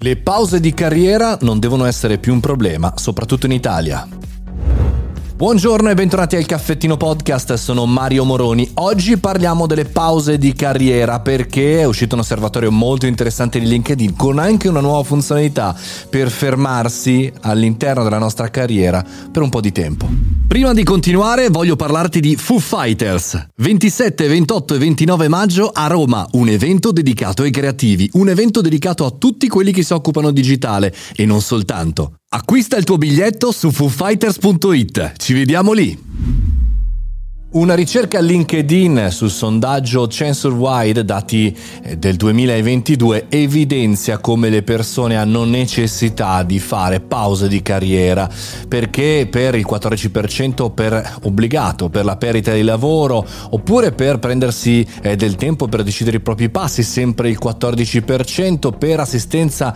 Le pause di carriera non devono essere più un problema, soprattutto in Italia. Buongiorno e bentornati al Caffettino Podcast, sono Mario Moroni. Oggi parliamo delle pause di carriera perché è uscito un osservatorio molto interessante di LinkedIn con anche una nuova funzionalità per fermarsi all'interno della nostra carriera per un po' di tempo. Prima di continuare voglio parlarti di Foo Fighters. 27, 28 e 29 maggio a Roma, un evento dedicato ai creativi, un evento dedicato a tutti quelli che si occupano digitale e non soltanto. Acquista il tuo biglietto su foofighters.it. Ci vediamo lì! Una ricerca LinkedIn sul sondaggio Censurewide, dati del 2022, evidenzia come le persone hanno necessità di fare pause di carriera, perché per il 14% per obbligato, per la perdita di lavoro, oppure per prendersi del tempo per decidere i propri passi, sempre il 14%, per assistenza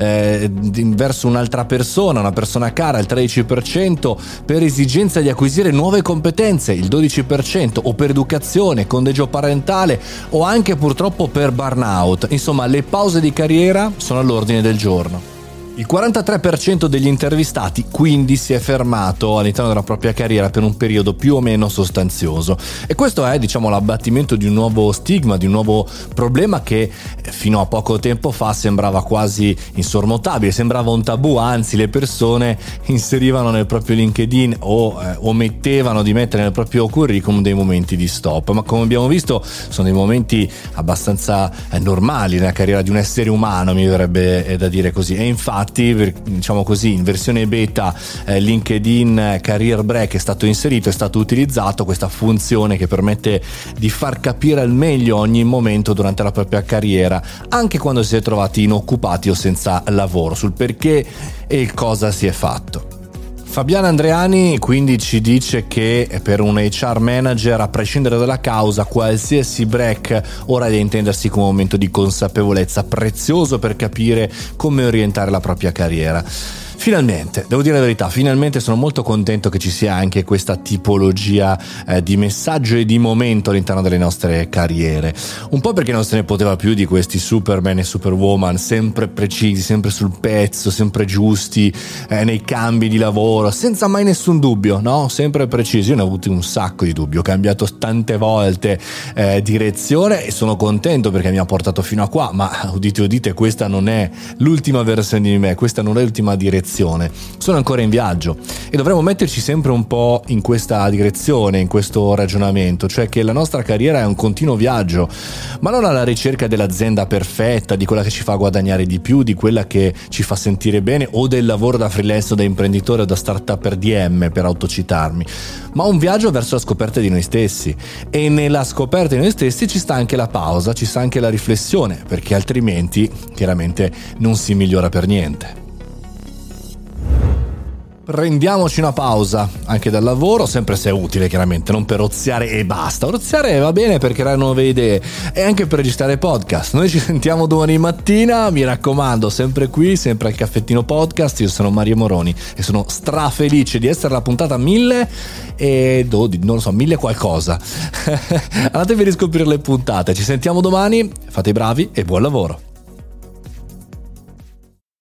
verso un'altra persona, una persona cara, il 13%, per esigenza di acquisire nuove competenze, il 12%, o per educazione, conteggio parentale o anche purtroppo per burnout. Insomma, le pause di carriera sono all'ordine del giorno. Il 43% degli intervistati quindi si è fermato all'interno della propria carriera per un periodo più o meno sostanzioso, e questo è, l'abbattimento di un nuovo stigma, di un nuovo problema che fino a poco tempo fa sembrava quasi insormontabile, sembrava un tabù, anzi le persone inserivano nel proprio LinkedIn o omettevano di mettere nel proprio curriculum dei momenti di stop, ma come abbiamo visto sono dei momenti abbastanza normali nella carriera di un essere umano, mi verrebbe da dire così. E infatti, in versione beta LinkedIn Career Break è stato inserito, è stato utilizzato questa funzione che permette di far capire al meglio ogni momento durante la propria carriera, anche quando si è trovati inoccupati o senza lavoro, sul perché e il cosa si è fatto. Fabiana Andreani quindi ci dice che per un HR manager, a prescindere dalla causa, qualsiasi break ora è da intendersi come un momento di consapevolezza prezioso per capire come orientare la propria carriera. Finalmente, devo dire la verità, finalmente sono molto contento che ci sia anche questa tipologia di messaggio e di momento all'interno delle nostre carriere. Un po' perché non se ne poteva più di questi Superman e Superwoman sempre precisi, sempre sul pezzo, sempre giusti nei cambi di lavoro, senza mai nessun dubbio, no? Sempre precisi. Io ne ho avuto un sacco di dubbi, ho cambiato tante volte direzione e sono contento perché mi ha portato fino a qua, ma udite, questa non è l'ultima versione di me, questa non è l'ultima direzione. Sono ancora in viaggio e dovremmo metterci sempre un po' in questa direzione, in questo ragionamento, cioè che la nostra carriera è un continuo viaggio, ma non alla ricerca dell'azienda perfetta, di quella che ci fa guadagnare di più, di quella che ci fa sentire bene, o del lavoro da freelance o da imprenditore o da startup DM, per autocitarmi, ma un viaggio verso la scoperta di noi stessi. E nella scoperta di noi stessi ci sta anche la pausa, ci sta anche la riflessione, perché altrimenti chiaramente non si migliora per niente. Prendiamoci una pausa anche dal lavoro, sempre se è utile, chiaramente, non per oziare e basta. Oziare va bene per creare nuove idee e anche per registrare podcast. Noi ci sentiamo domani mattina, mi raccomando, sempre qui, sempre al Caffettino Podcast. Io sono Mario Moroni e sono strafelice di essere la puntata 1000 e 1000 qualcosa. Andatevi a riscoprire le puntate. Ci sentiamo domani, fate i bravi e buon lavoro.